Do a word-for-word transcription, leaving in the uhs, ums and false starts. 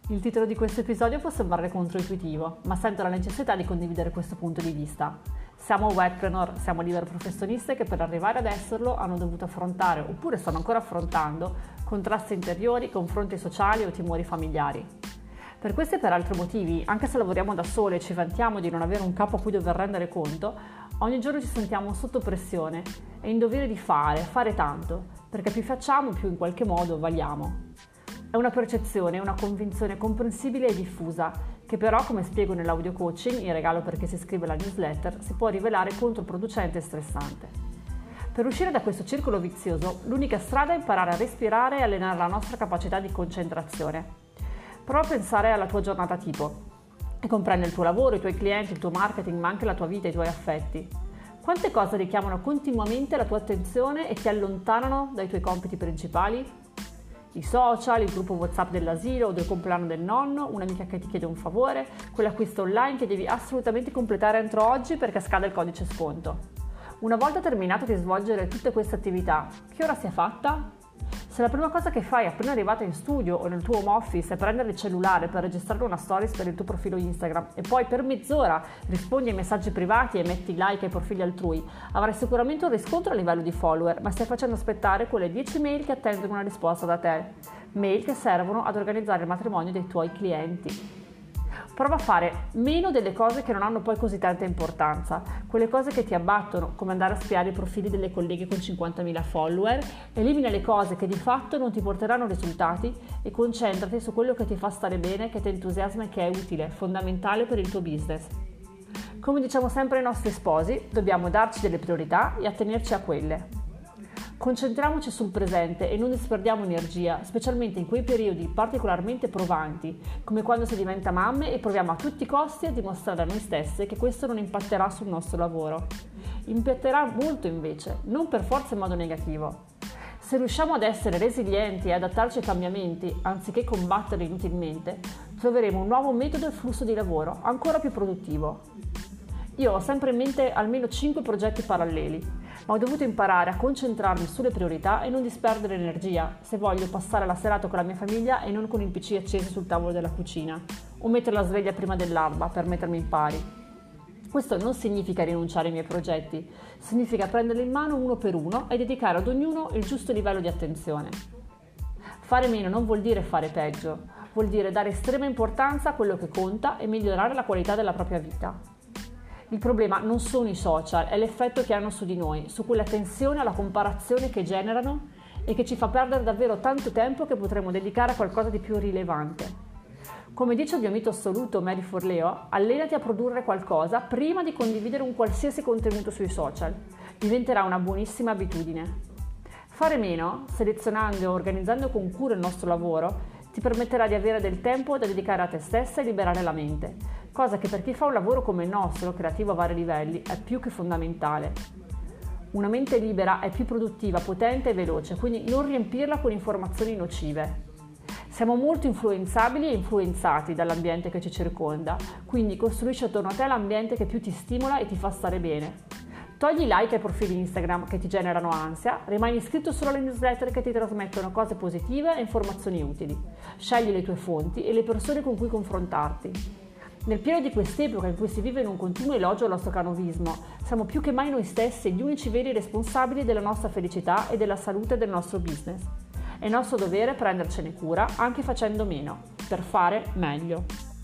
Il titolo di questo episodio può sembrare controintuitivo, ma sento la necessità di condividere questo punto di vista. Siamo webpreneur, siamo libere professioniste che per arrivare ad esserlo hanno dovuto affrontare, oppure stanno ancora affrontando, contrasti interiori, confronti sociali o timori familiari. Per questi e per altri motivi, anche se lavoriamo da sole e ci vantiamo di non avere un capo a cui dover rendere conto, ogni giorno ci sentiamo sotto pressione e in dovere di fare, fare tanto, perché più facciamo più in qualche modo valiamo. È una percezione, una convinzione comprensibile e diffusa, che però, come spiego nell'audio coaching, in regalo per chi si iscrive alla newsletter, si può rivelare controproducente e stressante. Per uscire da questo circolo vizioso, l'unica strada è imparare a respirare e allenare la nostra capacità di concentrazione. Prova a pensare alla tua giornata tipo, e comprende il tuo lavoro, i tuoi clienti, il tuo marketing, ma anche la tua vita e i tuoi affetti. Quante cose richiamano continuamente la tua attenzione e ti allontanano dai tuoi compiti principali? I social, il gruppo WhatsApp dell'asilo o del compleanno del nonno, un'amica che ti chiede un favore, quell'acquisto online che devi assolutamente completare entro oggi perché scade il codice sconto. Una volta terminato di svolgere tutte queste attività, che ora sia fatta? Se la prima cosa che fai appena arrivata in studio o nel tuo home office è prendere il cellulare per registrare una stories per il tuo profilo Instagram e poi per mezz'ora rispondi ai messaggi privati e metti like ai profili altrui, avrai sicuramente un riscontro a livello di follower, ma stai facendo aspettare quelle dieci mail che attendono una risposta da te, mail che servono ad organizzare il matrimonio dei tuoi clienti. Prova a fare meno delle cose che non hanno poi così tanta importanza, quelle cose che ti abbattono, come andare a spiare i profili delle colleghe con cinquantamila follower, elimina le cose che di fatto non ti porteranno risultati e concentrati su quello che ti fa stare bene, che ti entusiasma e che è utile, fondamentale per il tuo business. Come diciamo sempre ai nostri sposi, dobbiamo darci delle priorità e attenerci a quelle. Concentriamoci sul presente e non disperdiamo energia, specialmente in quei periodi particolarmente provanti, come quando si diventa mamme e proviamo a tutti i costi a dimostrare a noi stesse che questo non impatterà sul nostro lavoro. Impatterà molto invece, non per forza in modo negativo. Se riusciamo ad essere resilienti e adattarci ai cambiamenti, anziché combatterli inutilmente, troveremo un nuovo metodo e flusso di lavoro ancora più produttivo. Io ho sempre in mente almeno cinque progetti paralleli, ma ho dovuto imparare a concentrarmi sulle priorità e non disperdere energia se voglio passare la serata con la mia famiglia e non con il P C acceso sul tavolo della cucina, o mettere la sveglia prima dell'alba per mettermi in pari. Questo non significa rinunciare ai miei progetti, significa prenderli in mano uno per uno e dedicare ad ognuno il giusto livello di attenzione. Fare meno non vuol dire fare peggio, vuol dire dare estrema importanza a quello che conta e migliorare la qualità della propria vita. Il problema non sono i social, è l'effetto che hanno su di noi, su quella tensione alla comparazione che generano e che ci fa perdere davvero tanto tempo che potremmo dedicare a qualcosa di più rilevante. Come dice il mio mito assoluto Marie Forleo, allenati a produrre qualcosa prima di condividere un qualsiasi contenuto sui social. Diventerà una buonissima abitudine. Fare meno, selezionando e organizzando con cura il nostro lavoro, ti permetterà di avere del tempo da dedicare a te stessa e liberare la mente, cosa che per chi fa un lavoro come il nostro, creativo a vari livelli, è più che fondamentale. Una mente libera è più produttiva, potente e veloce, quindi non riempirla con informazioni nocive. Siamo molto influenzabili e influenzati dall'ambiente che ci circonda, quindi costruisci attorno a te l'ambiente che più ti stimola e ti fa stare bene. Togli i like ai profili Instagram che ti generano ansia, rimani iscritto solo alle newsletter che ti trasmettono cose positive e informazioni utili. Scegli le tue fonti e le persone con cui confrontarti. Nel pieno di quest'epoca in cui si vive in un continuo elogio allo stacanovismo, siamo più che mai noi stessi gli unici veri responsabili della nostra felicità e della salute del nostro business. È nostro dovere prendercene cura anche facendo meno, per fare meglio.